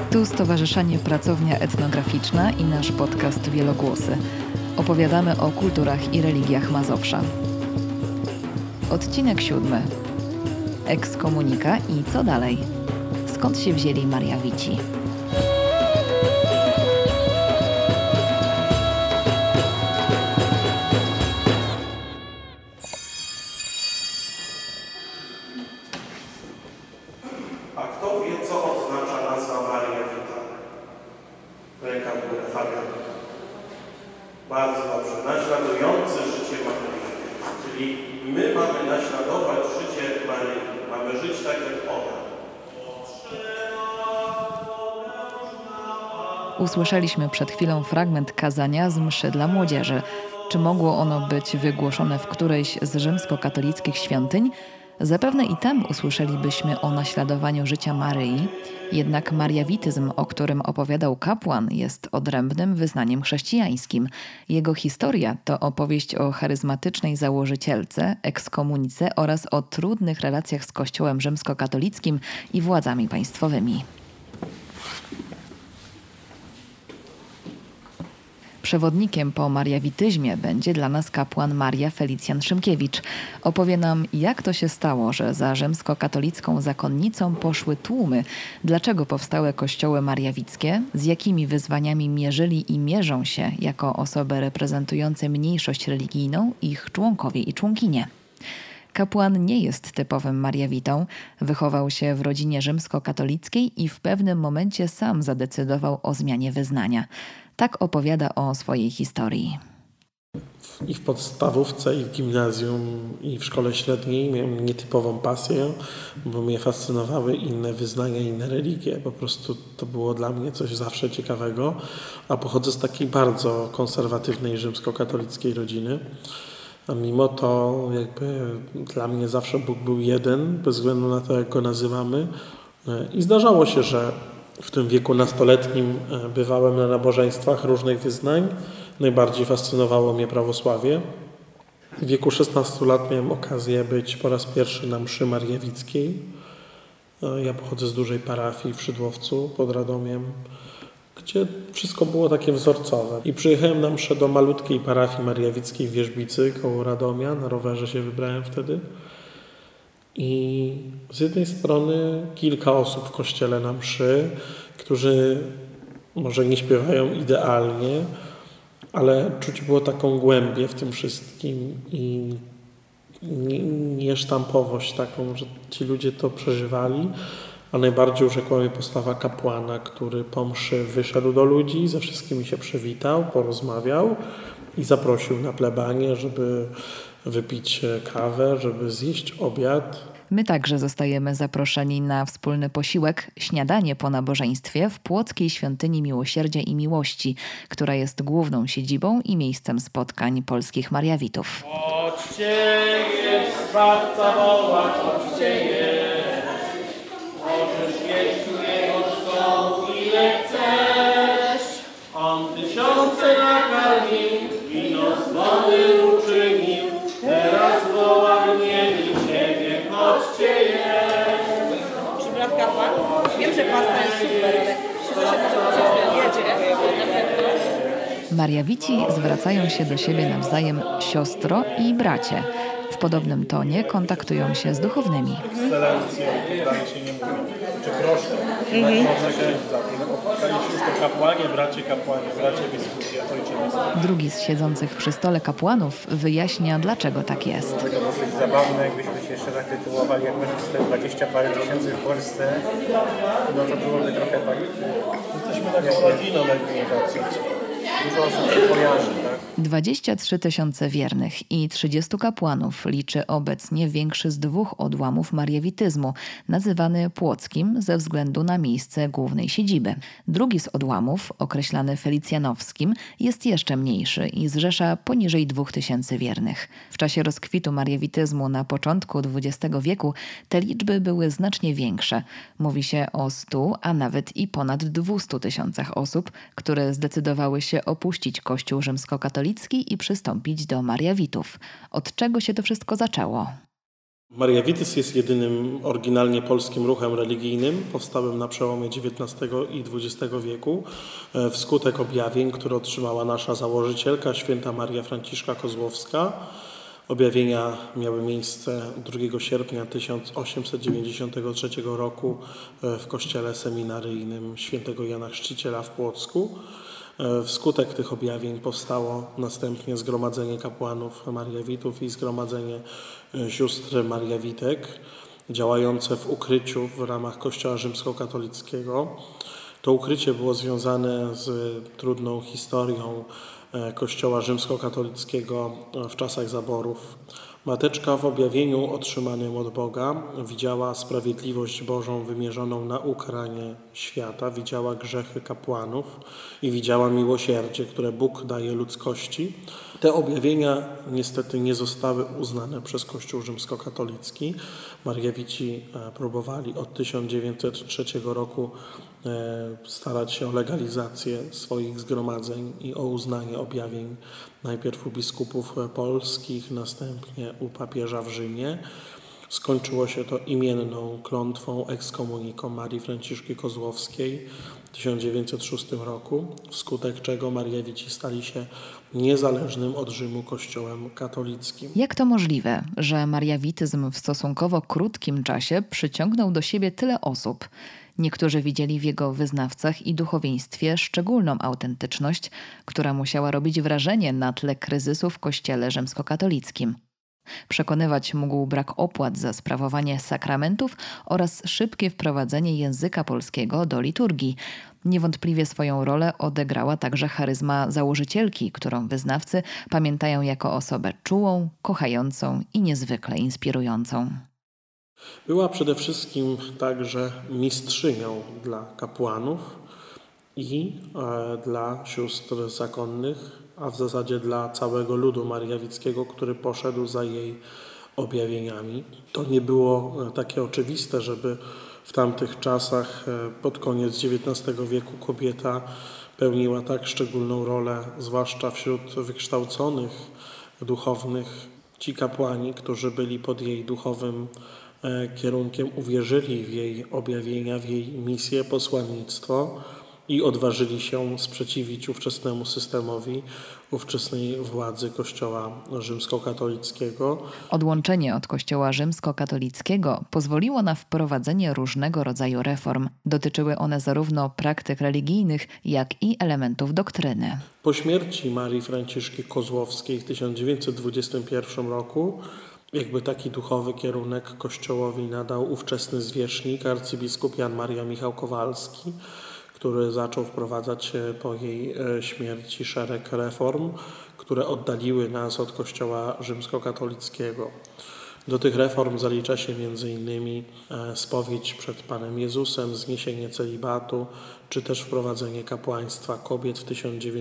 Tu Stowarzyszenie Pracownia Etnograficzna i nasz podcast Wielogłosy. Opowiadamy o kulturach i religiach Mazowsza. Odcinek 7. Ekskomunika i co dalej? Skąd się wzięli Mariawici? A kto wie, co oznacza nazwa Mariawita? Ręka w górę, Fabian. Bardzo dobrze. Naśladujący życie Maryi. Czyli my mamy naśladować życie Maryi. Mamy żyć tak jak ona. Usłyszeliśmy przed chwilą fragment kazania z mszy dla młodzieży. Czy mogło ono być wygłoszone w którejś z rzymskokatolickich świątyń? Zapewne i tam usłyszelibyśmy o naśladowaniu życia Maryi, jednak mariawityzm, o którym opowiadał kapłan, jest odrębnym wyznaniem chrześcijańskim. Jego historia to opowieść o charyzmatycznej założycielce, ekskomunice oraz o trudnych relacjach z Kościołem rzymskokatolickim i władzami państwowymi. Przewodnikiem po mariawityzmie będzie dla nas kapłan Maria Felicjan Szymkiewicz. Opowie nam, jak to się stało, że za rzymskokatolicką zakonnicą poszły tłumy, dlaczego powstały kościoły mariawickie, z jakimi wyzwaniami mierzyli i mierzą się jako osoby reprezentujące mniejszość religijną ich członkowie i członkinie. Kapłan nie jest typowym mariawitą, wychował się w rodzinie rzymskokatolickiej i w pewnym momencie sam zadecydował o zmianie wyznania. Tak opowiada o swojej historii. I w podstawówce, i w gimnazjum, i w szkole średniej miałem nietypową pasję, bo mnie fascynowały inne wyznania, inne religie. Po prostu to było dla mnie coś zawsze ciekawego, a pochodzę z takiej bardzo konserwatywnej rzymskokatolickiej rodziny. A mimo to jakby dla mnie zawsze Bóg był jeden, bez względu na to, jak go nazywamy. I zdarzało się, że w tym wieku nastoletnim bywałem na nabożeństwach różnych wyznań. Najbardziej fascynowało mnie prawosławie. W wieku 16 lat miałem okazję być po raz pierwszy na mszy mariawickiej. Ja pochodzę z dużej parafii w Szydłowcu pod Radomiem, gdzie wszystko było takie wzorcowe. I przyjechałem na mszę do malutkiej parafii mariawickiej w Wierzbicy koło Radomia. Na rowerze się wybrałem wtedy. I z jednej strony kilka osób w kościele na mszy, którzy może nie śpiewają idealnie, ale czuć było taką głębię w tym wszystkim i niesztampowość taką, że ci ludzie to przeżywali. A najbardziej urzekła mnie postawa kapłana, który po mszy wyszedł do ludzi, ze wszystkimi się przywitał, porozmawiał i zaprosił na plebanię, żeby wypić kawę, żeby zjeść obiad. My także zostajemy zaproszeni na wspólny posiłek, śniadanie po nabożeństwie w Płockiej Świątyni Miłosierdzia i Miłości, która jest główną siedzibą i miejscem spotkań polskich mariawitów. Chodźcie jest, Zbawca woła, chodźcie jest. Możesz jeść u Jego stołu ile chcesz. On tysiące nakarmił, wino z wody uczynił. Teraz woła mnie i ciebie, chodźcie jest. Czy brat kapłan? Wiem, że pasta jest super, ale wszyscy się jedzie. Mariawici zwracają się do siebie nawzajem siostro i bracie. W podobnym tonie kontaktują się z duchownymi. Ekscelencjo, dalej się nie mówi. Czy proszę, tak można grać za tym. Spotkali się już to kapłanie, bracie biskupie, ojcze biskup. Drugi z siedzących przy stole kapłanów wyjaśnia, dlaczego tak jest. To dosyć zabawne, jakbyśmy się jeszcze tak tytułowali, jak będzie 20 parę tysięcy w Polsce, no to byłoby trochę tak. Jesteśmy taką rodziną, jakby nie patrzeć. Dużo osób się kojarzy, tak? 23 000 wiernych i 30 kapłanów liczy obecnie większy z 2 odłamów mariawityzmu, nazywany płockim ze względu na miejsce głównej siedziby. Drugi z odłamów, określany felicjanowskim, jest jeszcze mniejszy i zrzesza poniżej 2000 wiernych. W czasie rozkwitu mariawityzmu na początku XX wieku te liczby były znacznie większe. Mówi się o 100, a nawet i ponad 200 tysiącach osób, które zdecydowały się opuścić Kościół rzymskokatolicki i przystąpić do mariawitów. Od czego się to wszystko zaczęło? Mariavitis jest jedynym oryginalnie polskim ruchem religijnym powstałym na przełomie XIX i XX wieku wskutek objawień, które otrzymała nasza założycielka, święta Maria Franciszka Kozłowska. Objawienia miały miejsce 2 sierpnia 1893 roku w kościele seminaryjnym świętego Jana Chrzciciela w Płocku. Wskutek tych objawień powstało następnie Zgromadzenie Kapłanów Mariawitów i Zgromadzenie Sióstr Mariawitek, działające w ukryciu w ramach Kościoła rzymskokatolickiego. To ukrycie było związane z trudną historią Kościoła rzymskokatolickiego w czasach zaborów. Mateczka w objawieniu otrzymanym od Boga widziała sprawiedliwość Bożą wymierzoną na ukaranie świata, widziała grzechy kapłanów i widziała miłosierdzie, które Bóg daje ludzkości. Te objawienia niestety nie zostały uznane przez Kościół rzymskokatolicki. Mariawici próbowali od 1903 roku starać się o legalizację swoich zgromadzeń i o uznanie objawień najpierw u biskupów polskich, następnie u papieża w Rzymie. Skończyło się to imienną klątwą ekskomuniką Marii Franciszki Kozłowskiej w 1906 roku, wskutek czego Mariawici stali się niezależnym od Rzymu kościołem katolickim. Jak to możliwe, że mariawityzm w stosunkowo krótkim czasie przyciągnął do siebie tyle osób? Niektórzy widzieli w jego wyznawcach i duchowieństwie szczególną autentyczność, która musiała robić wrażenie na tle kryzysu w kościele rzymskokatolickim. Przekonywać mógł brak opłat za sprawowanie sakramentów oraz szybkie wprowadzenie języka polskiego do liturgii. Niewątpliwie swoją rolę odegrała także charyzma założycielki, którą wyznawcy pamiętają jako osobę czułą, kochającą i niezwykle inspirującą. Była przede wszystkim także mistrzynią dla kapłanów i dla sióstr zakonnych, a w zasadzie dla całego ludu mariawickiego, który poszedł za jej objawieniami. To nie było takie oczywiste, żeby w tamtych czasach, pod koniec XIX wieku, kobieta pełniła tak szczególną rolę, zwłaszcza wśród wykształconych duchownych. Ci kapłani, którzy byli pod jej duchowym kierunkiem, uwierzyli w jej objawienia, w jej misję, posłannictwo i odważyli się sprzeciwić ówczesnemu systemowi, ówczesnej władzy Kościoła rzymskokatolickiego. Odłączenie od Kościoła rzymskokatolickiego pozwoliło na wprowadzenie różnego rodzaju reform. Dotyczyły one zarówno praktyk religijnych, jak i elementów doktryny. Po śmierci Marii Franciszki Kozłowskiej w 1921 roku jakby taki duchowy kierunek Kościołowi nadał ówczesny zwierzchnik, arcybiskup Jan Maria Michał Kowalski, który zaczął wprowadzać po jej śmierci szereg reform, które oddaliły nas od Kościoła rzymskokatolickiego. Do tych reform zalicza się m.in. spowiedź przed Panem Jezusem, zniesienie celibatu, czy też wprowadzenie kapłaństwa kobiet w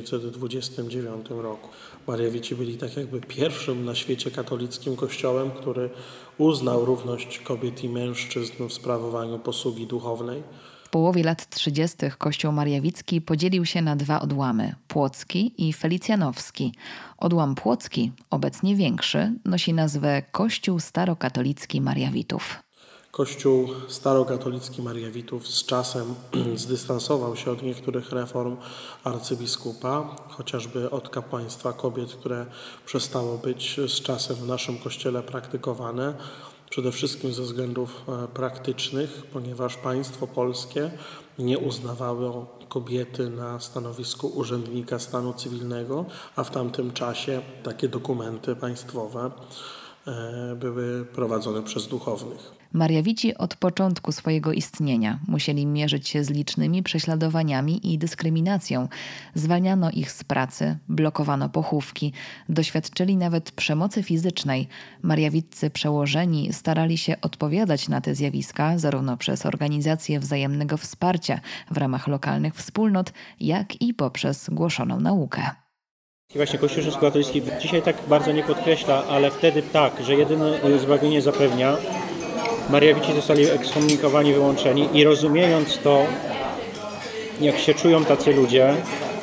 1929 roku. Mariawici byli tak jakby pierwszym na świecie katolickim kościołem, który uznał równość kobiet i mężczyzn w sprawowaniu posługi duchownej. W połowie lat 30. Kościół mariawicki podzielił się na dwa odłamy – płocki i felicjanowski. Odłam płocki, obecnie większy, nosi nazwę Kościół Starokatolicki Mariawitów. Kościół Starokatolicki Mariawitów z czasem zdystansował się od niektórych reform arcybiskupa, chociażby od kapłaństwa kobiet, które przestało być z czasem w naszym kościele praktykowane. Przede wszystkim ze względów praktycznych, ponieważ państwo polskie nie uznawało kobiety na stanowisku urzędnika stanu cywilnego, a w tamtym czasie takie dokumenty państwowe były prowadzone przez duchownych. Mariawici od początku swojego istnienia musieli mierzyć się z licznymi prześladowaniami i dyskryminacją. Zwalniano ich z pracy, blokowano pochówki, doświadczyli nawet przemocy fizycznej. Mariawiccy przełożeni starali się odpowiadać na te zjawiska zarówno przez organizację wzajemnego wsparcia w ramach lokalnych wspólnot, jak i poprzez głoszoną naukę. I właśnie Kościół rzymskokatolicki dzisiaj tak bardzo nie podkreśla, ale wtedy tak, że jedyne zbawienie zapewnia. Mariawici zostali ekskomunikowani, wyłączeni i rozumiejąc to, jak się czują tacy ludzie,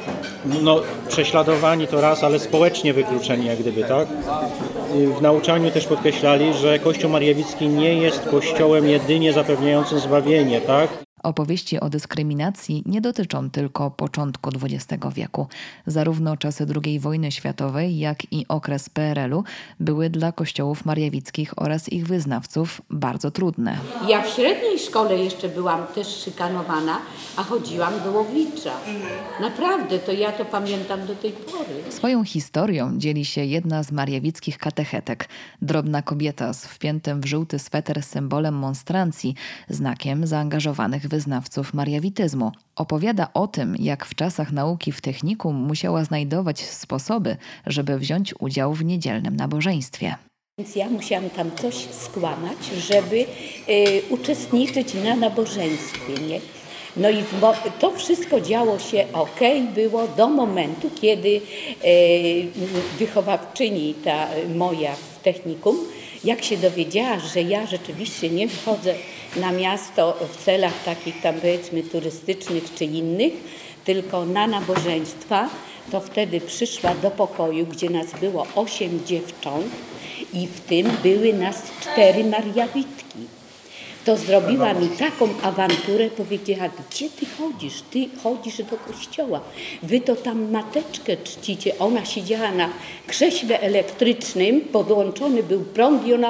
no, prześladowani to raz, ale społecznie wykluczeni jak gdyby, tak? W nauczaniu też podkreślali, że Kościół Mariawicki nie jest kościołem jedynie zapewniającym zbawienie, tak? Opowieści o dyskryminacji nie dotyczą tylko początku XX wieku. Zarówno czasy II wojny światowej, jak i okres PRL-u były dla kościołów mariawickich oraz ich wyznawców bardzo trudne. Ja w średniej szkole jeszcze byłam też szykanowana, a chodziłam do Łowicza. Naprawdę, to ja to pamiętam do tej pory. Swoją historią dzieli się jedna z mariawickich katechetek. Drobna kobieta z wpiętym w żółty sweter symbolem monstrancji, znakiem zaangażowanych wyznawców mariawityzmu. Opowiada o tym, jak w czasach nauki w technikum musiała znajdować sposoby, żeby wziąć udział w niedzielnym nabożeństwie. Więc ja musiałam tam coś skłamać, żeby uczestniczyć na nabożeństwie, nie? No i to wszystko działo się było do momentu, kiedy wychowawczyni ta moja w technikum, jak się dowiedziała, że ja rzeczywiście nie wychodzę na miasto w celach takich tam powiedzmy turystycznych czy innych, tylko na nabożeństwa, to wtedy przyszła do pokoju, gdzie nas było 8 dziewcząt i w tym były nas 4 Mariawitki. To zrobiła mi taką awanturę, powiedziała, gdzie ty chodzisz? Ty chodzisz do kościoła. Wy to tam mateczkę czcicie. Ona siedziała na krześle elektrycznym, podłączony był prąd i ona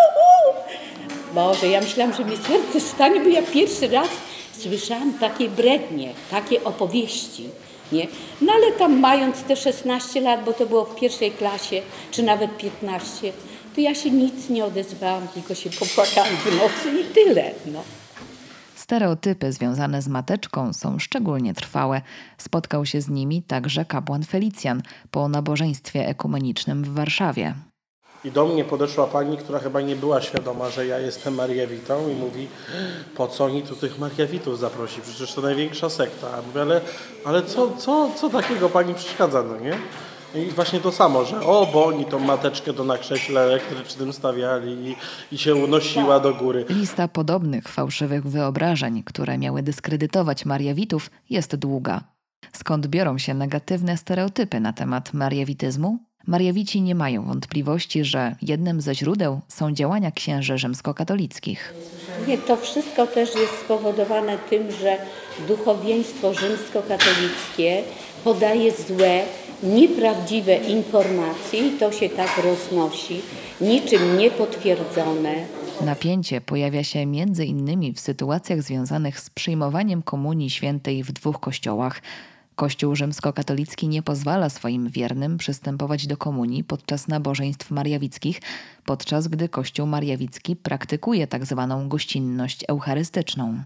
Boże, ja myślałam, że mi serce stanie, bo ja pierwszy raz słyszałam takie brednie, takie opowieści. Nie? No ale tam mając te 16 lat, bo to było w pierwszej klasie, czy nawet 15, to ja się nic nie odezwałam, tylko się popłakałam w nocy i tyle. No. Stereotypy związane z mateczką są szczególnie trwałe. Spotkał się z nimi także kapłan Felicjan po nabożeństwie ekumenicznym w Warszawie. I do mnie podeszła pani, która chyba nie była świadoma, że ja jestem Mariawitą i mówi, po co oni tu tych Mariawitów zaprosi? Przecież to największa sekta. A mówię, ale co takiego pani przeszkadza, no nie? I właśnie to samo, że bo oni tą mateczkę na krześle elektrycznym stawiali i się unosiła do góry. Lista podobnych fałszywych wyobrażeń, które miały dyskredytować Mariawitów, jest długa. Skąd biorą się negatywne stereotypy na temat mariawityzmu? Mariawici nie mają wątpliwości, że jednym ze źródeł są działania księży rzymskokatolickich. Nie, to wszystko też jest spowodowane tym, że duchowieństwo rzymskokatolickie podaje złe, nieprawdziwe informacje i to się tak roznosi, niczym niepotwierdzone. Napięcie pojawia się między innymi w sytuacjach związanych z przyjmowaniem komunii świętej w 2 kościołach. Kościół rzymskokatolicki nie pozwala swoim wiernym przystępować do komunii podczas nabożeństw mariawickich, podczas gdy Kościół mariawicki praktykuje tzw. gościnność eucharystyczną.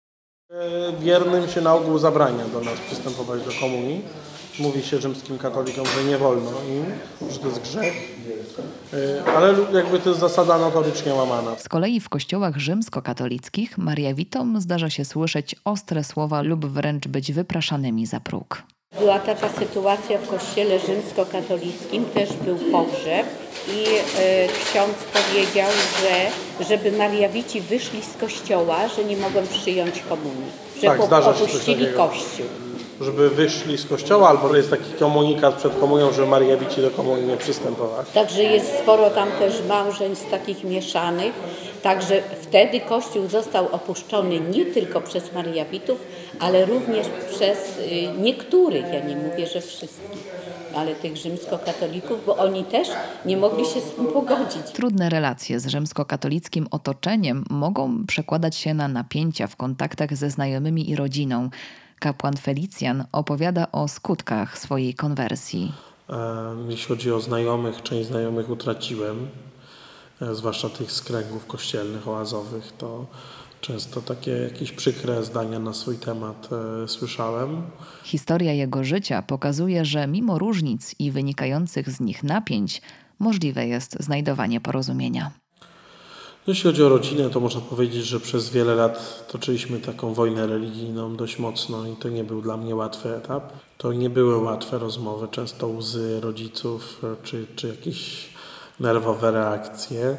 Wiernym się na ogół zabrania do nas przystępować do komunii. Mówi się rzymskim katolikom, że nie wolno im, że to jest grzech, ale jakby to jest zasada notorycznie łamana. Z kolei w kościołach rzymskokatolickich mariawitom zdarza się słyszeć ostre słowa lub wręcz być wypraszanymi za próg. Była taka sytuacja w kościele rzymskokatolickim, też był pogrzeb i ksiądz powiedział, że żeby Mariawici wyszli z kościoła, że nie mogą przyjąć komunii, że opuścili kościół. Żeby wyszli z kościoła, albo jest taki komunikat przed komunią, że Mariawici do komunii nie przystępować. Także jest sporo tam też małżeństw takich mieszanych. Także wtedy Kościół został opuszczony nie tylko przez Mariawitów, ale również przez niektórych, ja nie mówię, że wszystkich, ale tych rzymskokatolików, bo oni też nie mogli się z tym pogodzić. Trudne relacje z rzymskokatolickim otoczeniem mogą przekładać się na napięcia w kontaktach ze znajomymi i rodziną. Kapłan Felicjan opowiada o skutkach swojej konwersji. Jeśli chodzi o znajomych, część znajomych utraciłem, zwłaszcza tych z kręgów kościelnych, oazowych, to często takie jakieś przykre zdania na swój temat słyszałem. Historia jego życia pokazuje, że mimo różnic i wynikających z nich napięć, możliwe jest znajdowanie porozumienia. Jeśli chodzi o rodzinę, to można powiedzieć, że przez wiele lat toczyliśmy taką wojnę religijną dość mocno i to nie był dla mnie łatwy etap. To nie były łatwe rozmowy, często łzy rodziców czy jakieś nerwowe reakcje.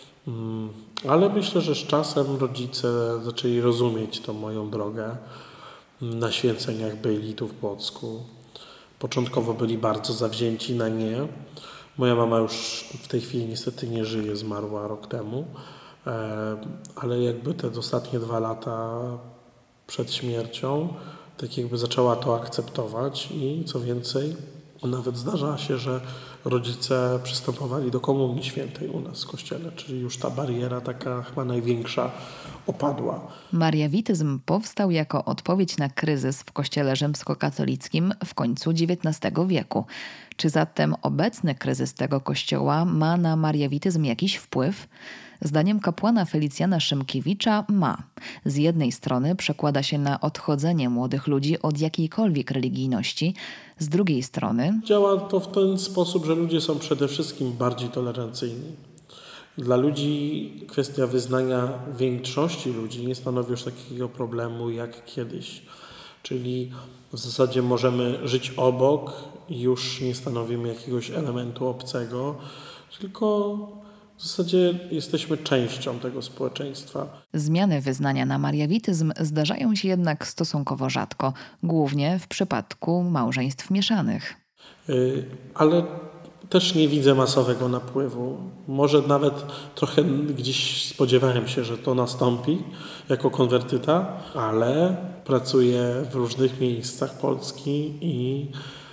Ale myślę, że z czasem rodzice zaczęli rozumieć tą moją drogę. Na święceniach byli tu w Płocku. Początkowo byli bardzo zawzięci na nie. Moja mama już w tej chwili niestety nie żyje, zmarła rok temu, ale jakby te ostatnie 2 lata przed śmiercią tak jakby zaczęła to akceptować i co więcej, nawet zdarza się, że rodzice przystępowali do komunii świętej u nas w kościele, czyli już ta bariera taka chyba największa opadła. Mariawityzm powstał jako odpowiedź na kryzys w kościele rzymskokatolickim w końcu XIX wieku. Czy zatem obecny kryzys tego kościoła ma na mariawityzm jakiś wpływ? Zdaniem kapłana Felicjana Szymkiewicza ma. Z jednej strony przekłada się na odchodzenie młodych ludzi od jakiejkolwiek religijności, z drugiej strony działa to w ten sposób, że ludzie są przede wszystkim bardziej tolerancyjni. Dla ludzi kwestia wyznania większości ludzi nie stanowi już takiego problemu jak kiedyś. Czyli w zasadzie możemy żyć obok i już nie stanowimy jakiegoś elementu obcego, tylko w zasadzie jesteśmy częścią tego społeczeństwa. Zmiany wyznania na mariawityzm zdarzają się jednak stosunkowo rzadko, głównie w przypadku małżeństw mieszanych. Ale też nie widzę masowego napływu. Może nawet trochę gdzieś spodziewałem się, że to nastąpi jako konwertyta, ale pracuję w różnych miejscach Polski i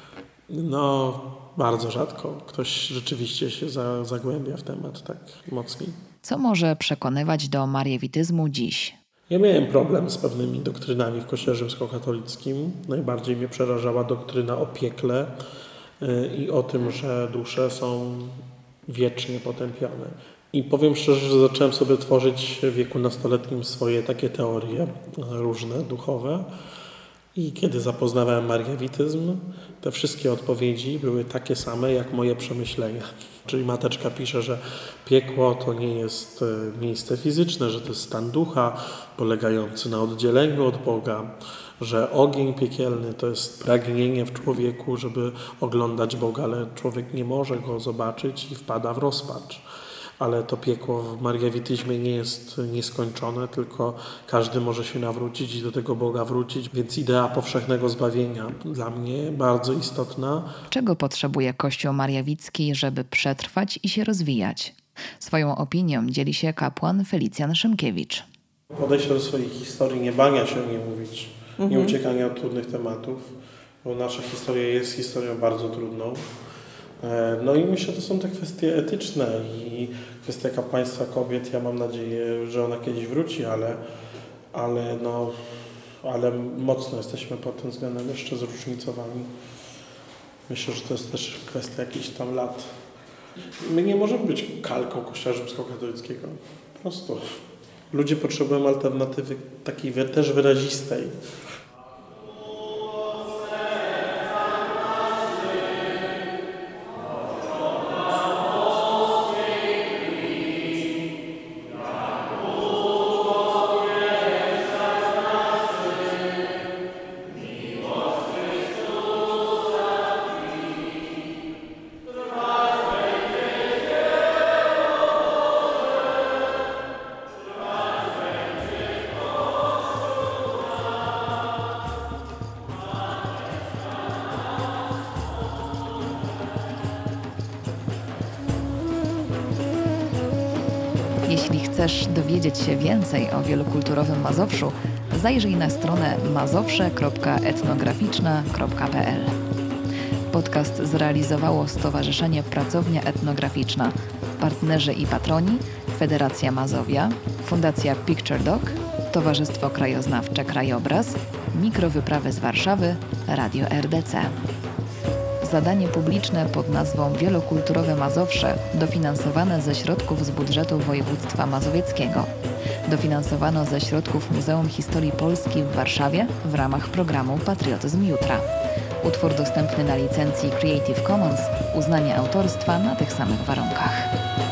bardzo rzadko ktoś rzeczywiście się zagłębia w temat tak mocniej. Co może przekonywać do mariawityzmu dziś? Ja miałem problem z pewnymi doktrynami w Kościele rzymskokatolickim. Najbardziej mnie przerażała doktryna o piekle i o tym, że dusze są wiecznie potępione. I powiem szczerze, że zacząłem sobie tworzyć w wieku nastoletnim swoje takie teorie różne, duchowe. I kiedy zapoznawałem mariawityzm, te wszystkie odpowiedzi były takie same jak moje przemyślenia. Czyli mateczka pisze, że piekło to nie jest miejsce fizyczne, że to jest stan ducha polegający na oddzieleniu od Boga, że ogień piekielny to jest pragnienie w człowieku, żeby oglądać Boga, ale człowiek nie może go zobaczyć i wpada w rozpacz. Ale to piekło w mariawityzmie nie jest nieskończone, tylko każdy może się nawrócić i do tego Boga wrócić, więc idea powszechnego zbawienia dla mnie bardzo istotna. Czego potrzebuje Kościół mariawicki, żeby przetrwać i się rozwijać? Swoją opinią dzieli się kapłan Felicjan Szymkiewicz. Podejście do swojej historii, nie bania się nie mówić, nie uciekania od trudnych tematów, bo nasza historia jest historią bardzo trudną. No i myślę, że to są te kwestie etyczne i kwestia kapłaństwa kobiet. Ja mam nadzieję, że ona kiedyś wróci, ale mocno jesteśmy pod tym względem jeszcze zróżnicowani. Myślę, że to jest też kwestia jakichś tam lat. My nie możemy być kalką Kościoła rzymskokatolickiego. Po prostu ludzie potrzebują alternatywy takiej też wyrazistej. Jeśli chcesz dowiedzieć się więcej o wielokulturowym Mazowszu, zajrzyj na stronę mazowsze.etnograficzna.pl. Podcast zrealizowało Stowarzyszenie Pracownia Etnograficzna, partnerzy i patroni Federacja Mazowia, Fundacja Picture Doc, Towarzystwo Krajoznawcze Krajobraz, Mikrowyprawy z Warszawy, Radio RDC. Zadanie publiczne pod nazwą Wielokulturowe Mazowsze dofinansowane ze środków z budżetu województwa mazowieckiego. Dofinansowano ze środków Muzeum Historii Polski w Warszawie w ramach programu Patriotyzm Jutra. Utwór dostępny na licencji Creative Commons, uznanie autorstwa na tych samych warunkach.